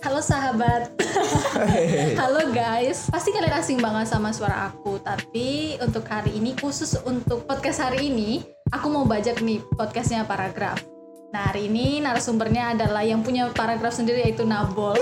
Halo sahabat. Halo guys. Pasti kalian asing banget sama suara aku. Tapi untuk hari ini, khusus untuk podcast hari ini, aku mau bajak nih podcastnya Paragraf. Nah hari ini narasumbernya adalah yang punya Paragraf sendiri, yaitu Nabol.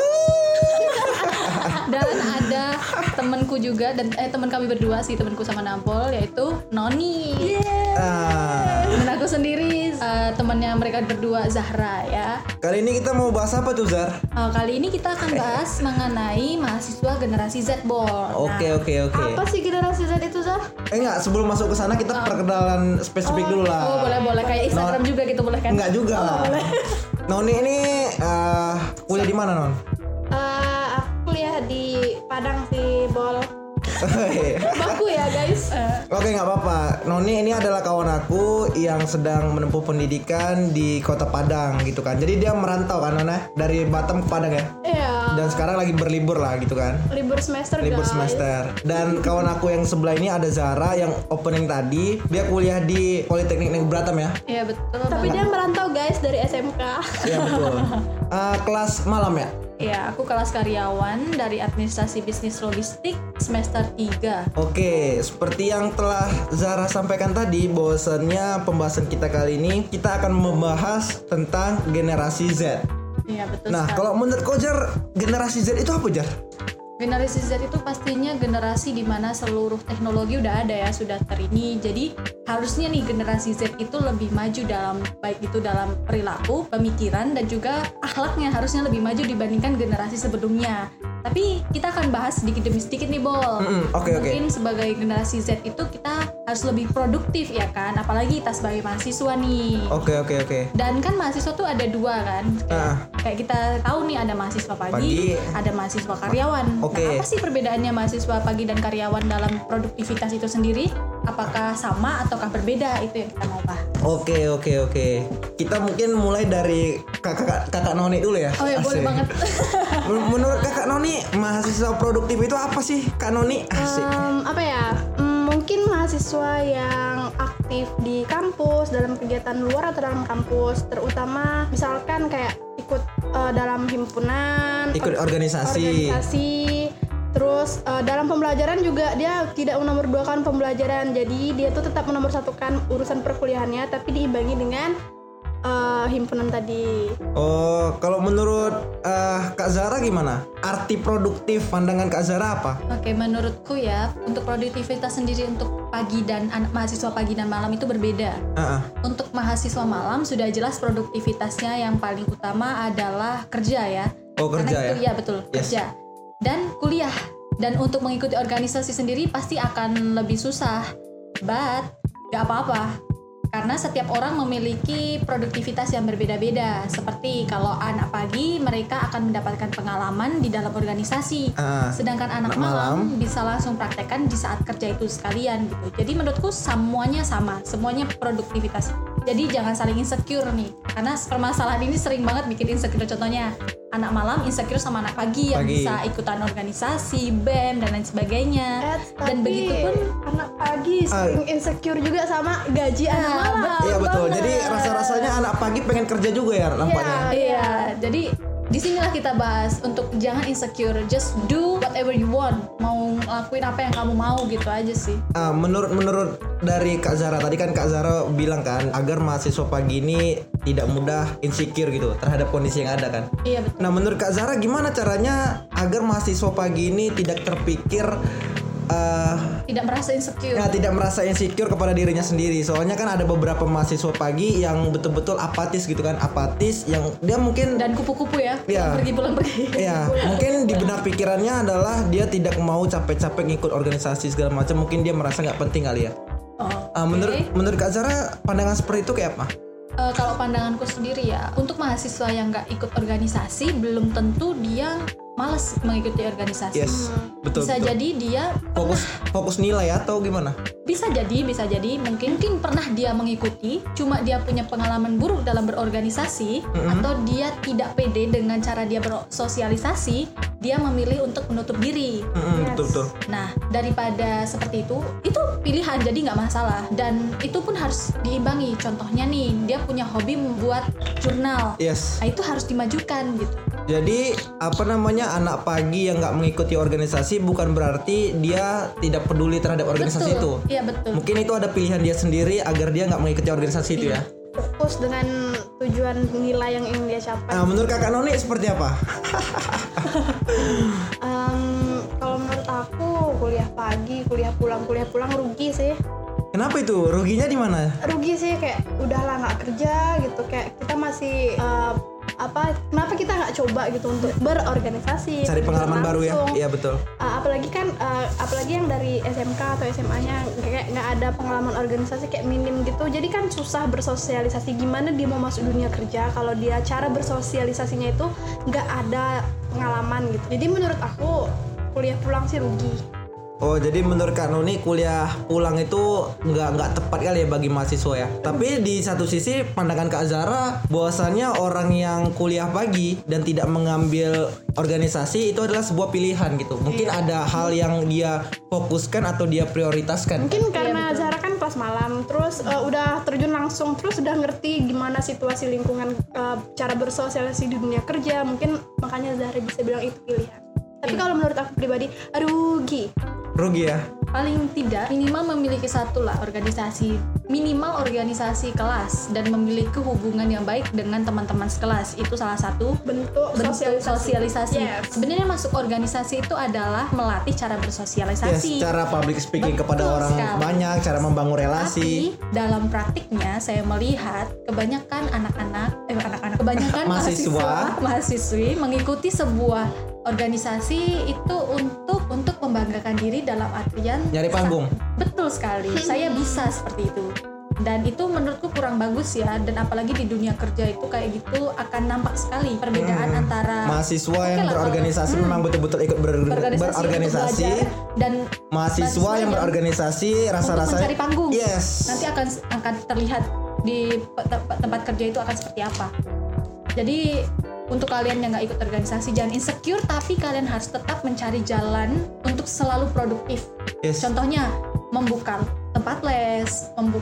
Dan ada temanku juga, dan teman kami berdua sih, temanku sama Nabol, yaitu Noni. Dan aku sendiri temannya mereka berdua, Zahra ya. Kali ini kita mau bahas apa tuh, Zar? Kali ini kita akan bahas mengenai mahasiswa generasi Z, Bol. Oke. Apa sih generasi Z itu, Zar? Enggak, sebelum masuk ke sana kita perkenalan spesifik dulu lah. Oh, boleh. Kayak Instagram juga gitu, boleh kan? Enggak juga. Boleh. Noni ini kuliah di mana, Non? Aku kuliah di Padang sih, Bol. Baku ya, guys. Oke, nggak apa-apa. Noni ini adalah kawan aku yang sedang menempuh pendidikan di Kota Padang gitu kan. Jadi dia merantau kan, Nona, dari Batam ke Padang ya. Iya. Dan sekarang lagi berlibur lah gitu kan. Libur semester, Libur guys. semester. Dan kawan aku yang sebelah ini ada Zara yang opening tadi. Dia kuliah di Politeknik Negeri Batam ya. Iya betul. Tapi dia merantau, guys, dari SMK. Iya betul. Kelas malam ya. Iya, aku kelas karyawan dari Administrasi Bisnis Logistik semester 3. Oke, seperti yang telah Zara sampaikan tadi, bahwasannya pembahasan kita kali ini kita akan membahas tentang generasi Z. Iya betul. Nah, sekali. kalau menurut kau, Jar, generasi Z itu apa, Jar? Generasi Z itu pastinya generasi di mana seluruh teknologi udah ada ya, sudah terini. Jadi harusnya nih generasi Z itu lebih maju dalam, baik itu dalam perilaku, pemikiran, dan juga akhlaknya harusnya lebih maju dibandingkan generasi sebelumnya. Tapi kita akan bahas sedikit demi sedikit nih, Bol. Oke. Mungkin sebagai generasi Z itu kita harus lebih produktif ya kan, apalagi kita sebagai mahasiswa nih. Oke. Dan kan mahasiswa tuh ada dua kan, kayak kita tahu nih ada mahasiswa pagi, ada mahasiswa karyawan. Oke. Nah, apa sih perbedaannya mahasiswa pagi dan karyawan dalam produktivitas itu sendiri? Apakah sama ataukah berbeda? Itu yang kita mau bahas. Oke. Kita mungkin mulai dari kakak Noni dulu ya. Oh ya, boleh Asik. banget. Menurut kakak Noni, mahasiswa produktif itu apa sih, Kak Noni? Asik. Apa ya? Mungkin mahasiswa yang aktif di kampus, dalam kegiatan luar atau dalam kampus, terutama misalkan kayak ikut dalam himpunan, Ikut organisasi. Terus dalam pembelajaran juga dia tidak menomorduakan pembelajaran, jadi dia tuh tetap menomorsatukan urusan perkuliahannya, tapi diimbangi dengan himpunan tadi. Oh, kalau menurut Kak Zara gimana? Arti produktif pandangan Kak Zara apa? Oke, menurutku ya, untuk produktivitas sendiri untuk pagi dan mahasiswa pagi dan malam itu berbeda. Untuk mahasiswa malam sudah jelas produktivitasnya yang paling utama adalah kerja ya. Oh, kerja. Karena itu ya? betul, Yes. kerja. Dan kuliah. Dan untuk mengikuti organisasi sendiri pasti akan lebih susah. But gak apa-apa. Karena setiap orang memiliki produktivitas yang berbeda-beda. Seperti kalau anak pagi, mereka akan mendapatkan pengalaman di dalam organisasi. Sedangkan anak malam bisa langsung praktekkan di saat kerja itu sekalian gitu. Jadi menurutku semuanya sama, semuanya produktivitas. Jadi jangan saling insecure nih. Karena permasalahan ini sering banget bikin insecure. Contohnya anak malam insecure sama anak pagi yang bisa ikutan organisasi, BEM, dan lain sebagainya. Dan begitu pun anak pagi sering insecure juga sama gaji anak malam. Iya betul. Jadi rasa-rasanya anak pagi pengen kerja juga ya nampaknya. Iya, jadi disinilah kita bahas untuk jangan insecure, just do whatever you want. Mau lakuin apa yang kamu mau gitu aja sih. Menurut dari Kak Zara tadi kan, Kak Zara bilang kan agar mahasiswa pagi ini tidak mudah insecure gitu terhadap kondisi yang ada kan. Iya betul. Nah, menurut Kak Zara gimana caranya agar mahasiswa pagi ini tidak terpikir Tidak merasa insecure. tidak merasa insecure kepada dirinya sendiri. Soalnya kan ada beberapa mahasiswa pagi yang betul-betul apatis gitu kan, apatis yang dia mungkin Dan kupu-kupu ya, Iya. pulang pergi. Iya, mungkin di benak pikirannya adalah dia tidak mau capek-capek ngikut organisasi segala macam. Mungkin dia merasa nggak penting kali ya. Menurut Kak Zara pandangan seperti itu kayak apa? Kalau pandanganku sendiri ya, untuk mahasiswa yang nggak ikut organisasi belum tentu dia malas mengikuti organisasi. Yes, betul. Bisa jadi dia fokus nilai atau gimana? Bisa jadi mungkin pernah dia mengikuti, cuma dia punya pengalaman buruk dalam berorganisasi, atau dia tidak pede dengan cara dia bersosialisasi, dia memilih untuk menutup diri. Betul. Nah, daripada seperti itu pilihan, jadi nggak masalah. Dan itu pun harus diimbangi. Contohnya nih, dia punya hobi membuat jurnal. Yes. Nah, itu harus dimajukan gitu. Jadi anak pagi yang nggak mengikuti organisasi bukan berarti dia tidak peduli terhadap organisasi itu. Iya betul. Mungkin itu ada pilihan dia sendiri agar dia nggak mengikuti organisasi itu ya. Fokus dengan tujuan nilai yang ingin dia capai. Nah, menurut Kakak Noni seperti apa? Kalau menurut aku kuliah pagi, kuliah pulang rugi sih. Kenapa itu? Ruginya di mana? Rugi sih, kayak udahlah nggak kerja gitu, kayak kita masih kenapa kita nggak coba gitu untuk berorganisasi, Cari pengalaman baru ya? langsung. Iya betul. Apalagi yang dari SMK atau SMA-nya kayak nggak ada pengalaman organisasi, kayak minim gitu. Jadi kan susah bersosialisasi. Gimana dia mau masuk dunia kerja kalau dia cara bersosialisasinya itu nggak ada pengalaman gitu. Jadi menurut aku kuliah pulang sih rugi. Oh, jadi menurut Kak Noni kuliah pulang itu nggak tepat kali ya bagi mahasiswa ya. Tapi di satu sisi pandangan Kak Zara bahwasannya orang yang kuliah pagi dan tidak mengambil organisasi itu adalah sebuah pilihan gitu. Mungkin ada hal yang dia fokuskan atau dia prioritaskan. Mungkin karena Zara kan kelas malam, terus udah terjun langsung, terus udah ngerti gimana situasi lingkungan, cara bersosialisasi di dunia kerja. Mungkin makanya Zara bisa bilang itu pilihan. Tapi kalau menurut aku pribadi, rugi ya. Paling tidak minimal memiliki satu lah minimal organisasi kelas dan memiliki hubungan yang baik dengan teman-teman sekelas. Itu salah satu bentuk sosialisasi. Yes. Sebenarnya masuk organisasi itu adalah melatih cara bersosialisasi. Yes, cara public speaking kepada orang banyak, cara membangun relasi. Tapi dalam praktiknya saya melihat kebanyakan kebanyakan mahasiswi mengikuti sebuah organisasi itu untuk membanggakan diri dalam artian nyari panggung. Betul sekali. Saya bisa seperti itu. Dan itu menurutku kurang bagus ya. Dan apalagi di dunia kerja itu kayak gitu akan nampak sekali perbedaan antara mahasiswa yang berorganisasi memang betul-betul ikut berorganisasi dan mahasiswa yang berorganisasi rasa-rasa mencari panggung. Yes. Nanti akan terlihat di tempat kerja itu akan seperti apa. Jadi untuk kalian yang nggak ikut organisasi jangan insecure, tapi kalian harus tetap mencari jalan untuk selalu produktif. Yes. Contohnya membuka tempat les,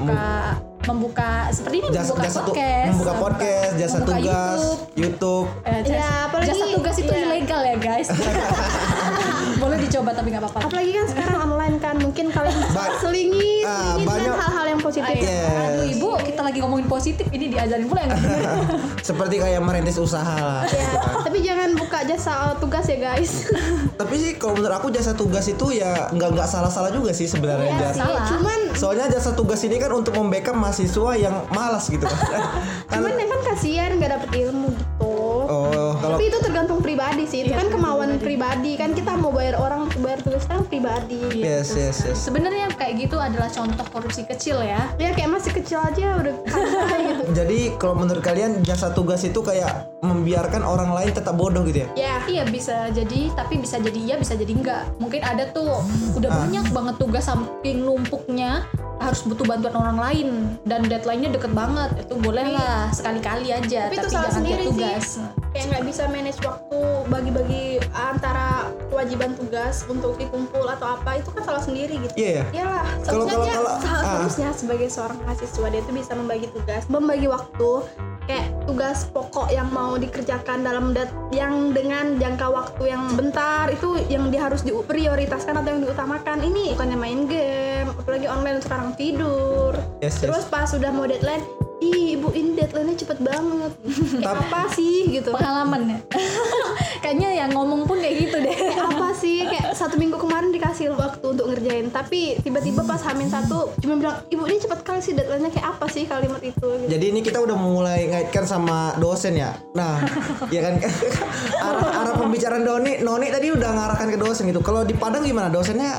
membuka seperti ini, membuka podcast, jasa tugas, YouTube. Jasa tugas itu ilegal ya guys. Boleh dicoba tapi nggak apa-apa. Apalagi kan sekarang online kan, mungkin kalian selingit dengan hal-hal yang positif. Aduh ibu, kita lagi ngomongin positif, ini diajarin pula yang seperti kayak merintis usaha lah. Tapi jangan buka jasa tugas ya guys. Tapi sih kalau menurut aku jasa tugas itu ya nggak salah-salah juga sih sebenarnya. Cuman soalnya jasa tugas ini kan untuk membackup mahasiswa yang malas gitu kan. Cuman kan kasihan nggak dapet ilmu gitu. Tapi itu tergantung pribadi sih. Itu kan kemauan pribadi kan, kita mau bayar tugas kan pribadi. Yes. Sebenarnya kayak gitu adalah contoh korupsi kecil ya. Ya kayak masih kecil aja udah gitu. Jadi kalau menurut kalian jasa tugas itu kayak membiarkan orang lain tetap bodoh gitu ya? Iya bisa jadi, tapi bisa jadi iya, bisa jadi enggak. Mungkin ada tuh udah banyak banget tugas saking numpuknya harus butuh bantuan orang lain dan deadline-nya deket banget. Itu boleh lah sekali-kali aja, tapi itu salah jangan sendiri tiap tugas. Kayak nggak bisa manage waktu, bagi-bagi antara kewajiban tugas untuk dikumpul atau apa, itu kan salah sendiri gitu. Iya. Iyalah, seharusnya sebagai seorang mahasiswa dia itu bisa membagi waktu, kayak tugas pokok yang mau dikerjakan yang dengan jangka waktu yang bentar, itu yang dia harus diprioritaskan atau yang diutamakan. Ini bukannya main game, apalagi online sekarang tidur. Terus pas sudah mau deadline, ibu ini deadline-nya cepet banget. Apa sih gitu? Pengalaman ya. Kayaknya yang ngomong pun kayak gitu deh. Apa sih, kayak 1 minggu kemarin dikasih waktu untuk ngerjain, tapi tiba-tiba pas H-1 cuma bilang, ibu ini cepet kali sih deadline-nya. Kayak apa sih kalimat itu gitu. Jadi ini kita udah mulai ngaitkan sama dosen ya. Nah, ya kan arah pembicaraan Noni tadi udah ngarahkan ke dosen gitu. Kalau di Padang gimana dosennya?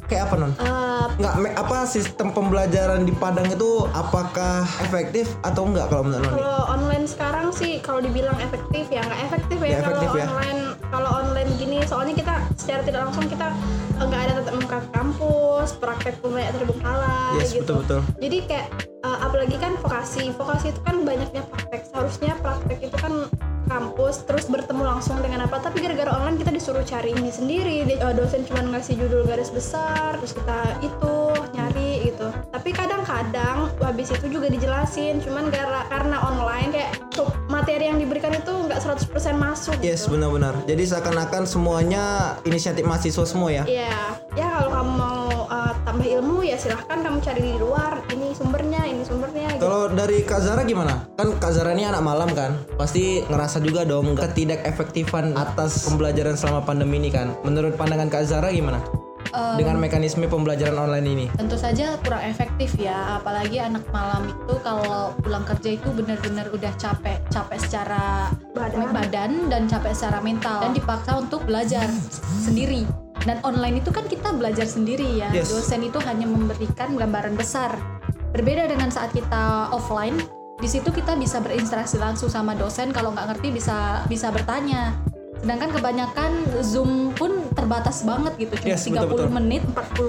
kayak apa non? Apa sistem pembelajaran di Padang itu apakah efektif atau enggak kalau menurut non? Kalau online sekarang sih kalau dibilang efektif ya nggak efektif ya. Nggak efektif ya? Kalau online gini soalnya kita secara tidak langsung kita nggak ada tatap muka ke kampus, praktek pun banyak terbengkalai gitu. Betul. Jadi kayak apalagi kan vokasi itu kan banyaknya praktek. Seharusnya praktek itu kan kampus terus bertemu langsung dengan apa, tapi gara-gara online kita disuruh cari ini sendiri. Dosen cuma ngasih judul garis besar terus kita itu nyari gitu, tapi kadang-kadang habis itu juga dijelasin, cuman karena online kayak materi yang diberikan itu nggak 100% masuk Yes, gitu. benar-benar. Jadi seakan-akan semuanya inisiatif mahasiswa semua ya. Iya, ya kalau kamu mau tambah ilmu ya silahkan kamu cari di luar, ini sumbernya gitu. Kalau dari Kak Zara gimana? Kan Kak Zara ini anak malam kan, pasti ngerasa juga dong ketidakefektifan atas pembelajaran selama pandemi ini kan. Menurut pandangan Kak Zara gimana? Dengan mekanisme pembelajaran online ini? Tentu saja kurang efektif ya, apalagi anak malam itu kalau pulang kerja itu benar-benar udah capek secara badan dan capek secara mental, dan dipaksa untuk belajar sendiri. Dan online itu kan kita belajar sendiri ya. Yes. Dosen itu hanya memberikan gambaran besar. Berbeda dengan saat kita offline, di situ kita bisa berinteraksi langsung sama dosen, kalau nggak ngerti bisa bertanya. Sedangkan kebanyakan Zoom pun terbatas banget gitu, cuma 30 menit,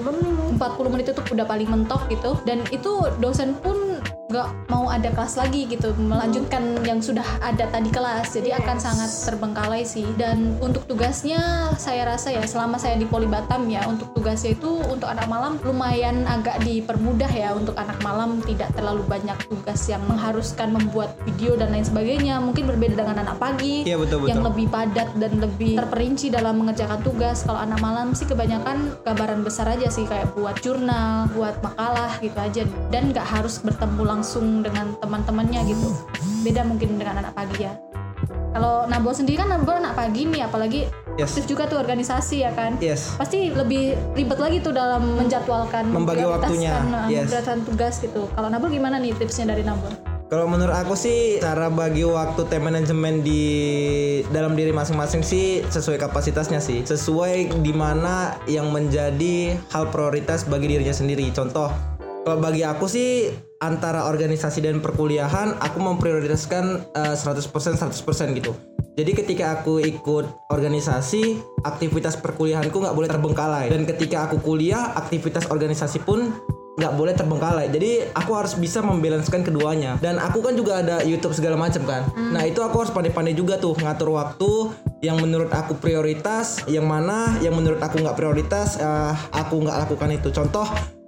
40 menit itu udah paling mentok gitu. Dan itu dosen pun nggak mau ada kelas lagi gitu, melanjutkan yang sudah ada tadi kelas, jadi akan sangat terbengkalai sih. Dan untuk tugasnya saya rasa ya selama saya di Poli Batam ya, untuk tugasnya itu untuk anak malam lumayan agak dipermudah ya. Untuk anak malam tidak terlalu banyak tugas yang mengharuskan membuat video dan lain sebagainya, mungkin berbeda dengan anak pagi yang lebih padat dan lebih terperinci dalam mengerjakan tugas. Kalau anak malam sih kebanyakan gambaran besar aja sih, kayak buat jurnal, buat makalah gitu aja, dan nggak harus bertemu langsung dengan teman-temannya gitu. Beda mungkin dengan anak pagi ya. Kalau Nabol sendiri kan Nabol anak pagi nih, apalagi aktif juga tuh organisasi ya kan. Pasti lebih ribet lagi tuh dalam menjadwalkan, membagi waktunya, memberatkan tugas gitu. Kalau Nabol gimana nih tipsnya dari Nabol? Kalau menurut aku sih cara bagi waktu time management di dalam diri masing-masing sih sesuai kapasitasnya sih, sesuai di mana yang menjadi hal prioritas bagi dirinya sendiri. Contoh, kalau bagi aku sih antara organisasi dan perkuliahan aku memprioritaskan 100% gitu. Jadi ketika aku ikut organisasi, aktivitas perkuliahanku nggak boleh terbengkalai, dan ketika aku kuliah, aktivitas organisasi pun nggak boleh terbengkalai. Jadi aku harus bisa membalanskan keduanya. Dan aku kan juga ada YouTube segala macam kan. Nah itu aku harus pandai-pandai juga tuh ngatur waktu yang menurut aku prioritas, yang mana yang menurut aku nggak prioritas, aku nggak lakukan itu. Contoh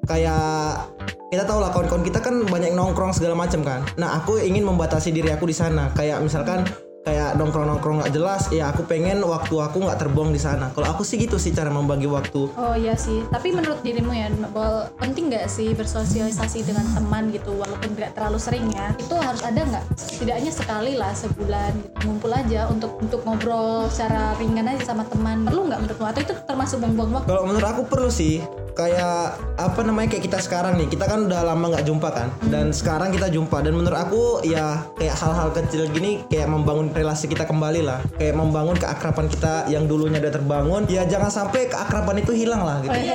kayak kita tahu lah kawan-kawan kita kan banyak nongkrong segala macam kan. Nah aku ingin membatasi diri aku di sana. Kayak misalkan kayak nongkrong nggak jelas, ya aku pengen waktu aku nggak terbuang di sana. Kalau aku sih gitu sih cara membagi waktu. Oh iya sih, tapi menurut dirimu ya, penting nggak sih bersosialisasi dengan teman gitu, walaupun tidak terlalu sering ya? Itu harus ada nggak? Setidaknya sekali lah sebulan gitu, ngumpul aja untuk ngobrol secara ringan aja sama teman. Perlu nggak menurutmu? Atau itu termasuk buang-buang waktu? Kalau menurut aku perlu sih. Kayak apa namanya, kayak kita sekarang nih, kita kan udah lama nggak jumpa kan, dan sekarang kita jumpa, dan menurut aku ya kayak hal-hal kecil gini kayak membangun relasi kita kembali lah, kayak membangun keakraban kita yang dulunya udah terbangun, ya jangan sampai keakraban itu hilang lah gitu.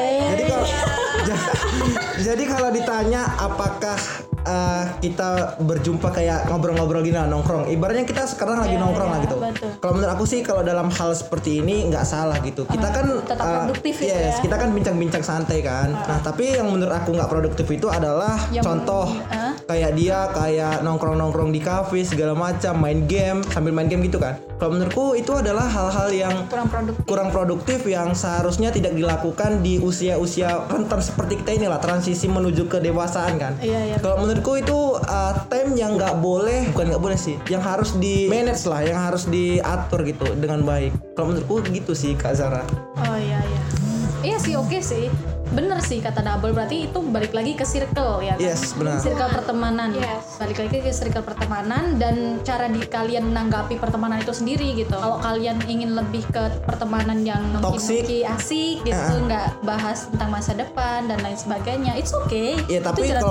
Jadi kalau ditanya apakah kita berjumpa kayak ngobrol-ngobrol gini lah, nongkrong, ibaratnya kita sekarang lagi nongkrong lah gitu. Kalau menurut aku sih kalau dalam hal seperti ini nggak salah gitu. Kita kan tetap produktif gitu ya. Kita kan bincang-bincang santai kan. Nah tapi yang menurut aku nggak produktif itu adalah contoh kayak dia kayak nongkrong-nongkrong di kafe segala macam, main game sambil main game gitu kan. Kalau menurutku itu adalah hal-hal yang kurang produktif yang seharusnya tidak dilakukan di usia-usia rentan seperti kita inilah, transisi menuju kedewasaan kan. Kalau menurutku itu time yang nggak boleh sih, yang harus di manage lah, yang harus diatur gitu dengan baik. Kalau menurutku gitu sih Kak Zara. Oh iya sih, oke sih. Bener sih kata Nabol, berarti itu balik lagi ke circle ya kan? Yes, benar. Circle pertemanan. Balik lagi ke circle pertemanan dan cara kalian menanggapi pertemanan itu sendiri gitu. Kalau kalian ingin lebih ke pertemanan yang nongki-nongki asik gitu, nggak bahas tentang masa depan dan lain sebagainya, it's okay. Ya tapi kalau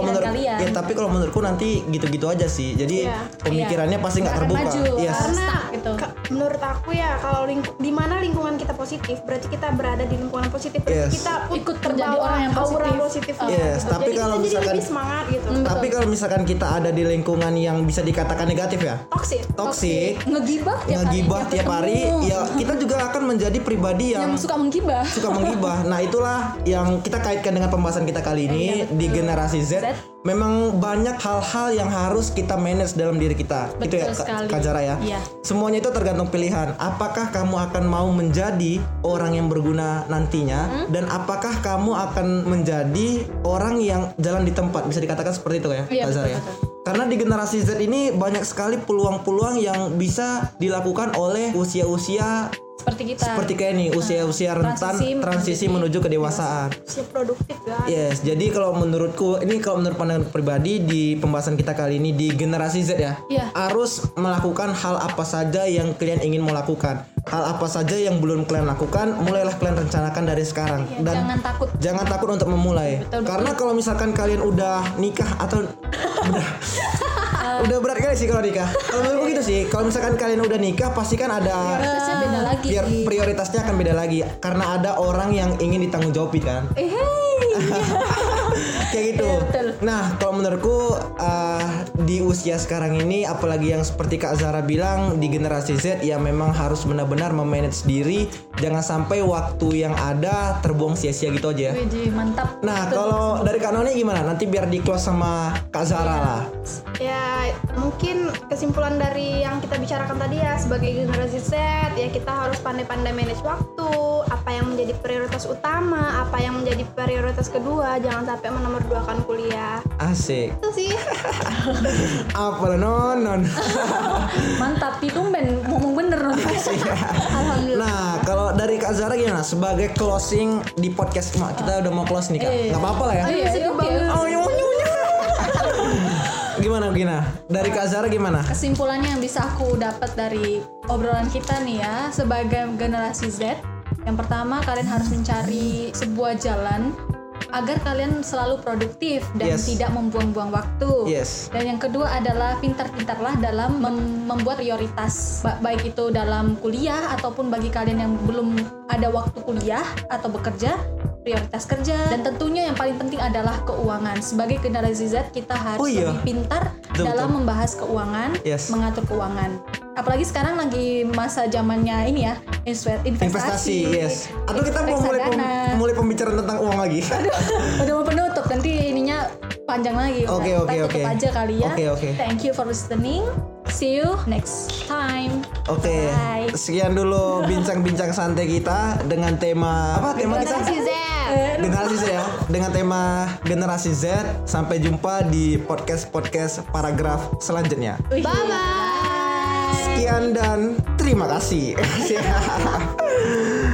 menurutku nanti gitu-gitu aja sih. Jadi pemikirannya pasti nggak terbuka. Maju, karena gitu. menurut aku ya kalau di mana lingkungan kita positif berarti kita berada di lingkungan positif, berarti Yes. kita Ikut terjadi terbawa orang yang aura positif. positifnya Yes, gitu. tapi Jadi kalau kita jadi misalkan- lebih semangat gitu. Tapi kalau misalkan kita ada di lingkungan yang bisa dikatakan negatif ya, toksik, ngegibah ngegibah tiap hari, ketemu. ya kita juga akan menjadi pribadi yang yang suka menggibah. suka menggibah. Nah, itulah yang kita kaitkan dengan pembahasan kita kali ini di generasi Z. Memang banyak hal-hal yang harus kita manage dalam diri kita. Itu ya, Betul sekali. Kak Zara ya. Iya. Semuanya itu tergantung pilihan. Apakah kamu akan mau menjadi orang yang berguna nantinya, dan apakah kamu akan menjadi orang yang jalan di tempat, bisa dikatakan seperti itu ya, Iya, Kak Zara betul, ya. betul. Karena di generasi Z ini banyak sekali peluang-peluang yang bisa dilakukan oleh usia-usia Seperti kita. seperti kayak nih, usia-usia rentan transisi menuju kedewasaan. Usia produktif kan. Yes, jadi kalau menurutku, ini kalau menurut pandangan pribadi di pembahasan kita kali ini di generasi Z ya, Iya. harus melakukan hal apa saja yang kalian ingin mau lakukan. Hal apa saja yang belum kalian lakukan, mulailah kalian rencanakan dari sekarang. Dan Jangan takut. jangan takut untuk memulai. Betul. Karena kalau misalkan kalian udah nikah atau udah berat kali sih kalau nikah. Kalau menurutku gitu sih. Kalau misalkan kalian udah nikah, pasti kan ada Prioritasnya beda lagi. prioritasnya akan beda lagi. Karena ada orang yang ingin ditanggung jawabin kan. Kayak gitu. Iya, betul. Nah, kalau menurutku di usia sekarang ini, apalagi yang seperti Kak Zara bilang di generasi Z, ya memang harus benar-benar memanage diri. Jangan sampai waktu yang ada terbuang sia-sia gitu aja ya. Wih, mantap. Nah, Betul. kalau dari Kak Noni gimana? Nanti biar di close sama Kak Zara lah. Ya mungkin kesimpulan dari yang kita bicarakan tadi ya, sebagai generasi Z ya kita harus pandai-pandai manage waktu, apa yang menjadi prioritas utama, apa yang menjadi prioritas kedua, jangan sampai menomorduakan kuliah. Asik. Itu sih. Apa lo non? Mantap, itu ngomong bener loh. Alhamdulillah. Nah, kalau dari Kak Zara gimana? Sebagai closing di podcast kita udah mau close nih Kak. Gak apa-apa lah ya. Oh, iya, Sedih oke. banget. Oh, Gimana? Dari Kak Zara gimana? Kesimpulannya yang bisa aku dapat dari obrolan kita nih ya, sebagai generasi Z, yang pertama kalian harus mencari sebuah jalan agar kalian selalu produktif dan Yes. tidak membuang-buang waktu. Yes. Dan yang kedua adalah pintar-pintarlah dalam membuat prioritas, baik itu dalam kuliah ataupun bagi kalian yang belum ada waktu kuliah atau bekerja, prioritas kerja. Dan tentunya yang paling penting adalah keuangan. Sebagai generasi Z kita harus Oh iya. lebih pintar Betul, dalam betul. membahas keuangan, Yes. mengatur keuangan. Apalagi sekarang lagi masa zamannya ini ya, Investasi, yes. Atau kita mau reksadana. mulai pembicaraan tentang uang lagi. Udah mau penutup, nanti ininya panjang lagi. Oke, Udah, oke, kita tutup oke. aja kali ya. Oke. Thank you for listening. See you next time. Oke, Bye. sekian dulu bincang-bincang santai kita dengan tema apa? Tema kita? Generasi Z. Generasi Z ya. Dengan tema generasi Z. Sampai jumpa di podcast paragraf selanjutnya. Wih, Bye bye. Sekian dan terima kasih.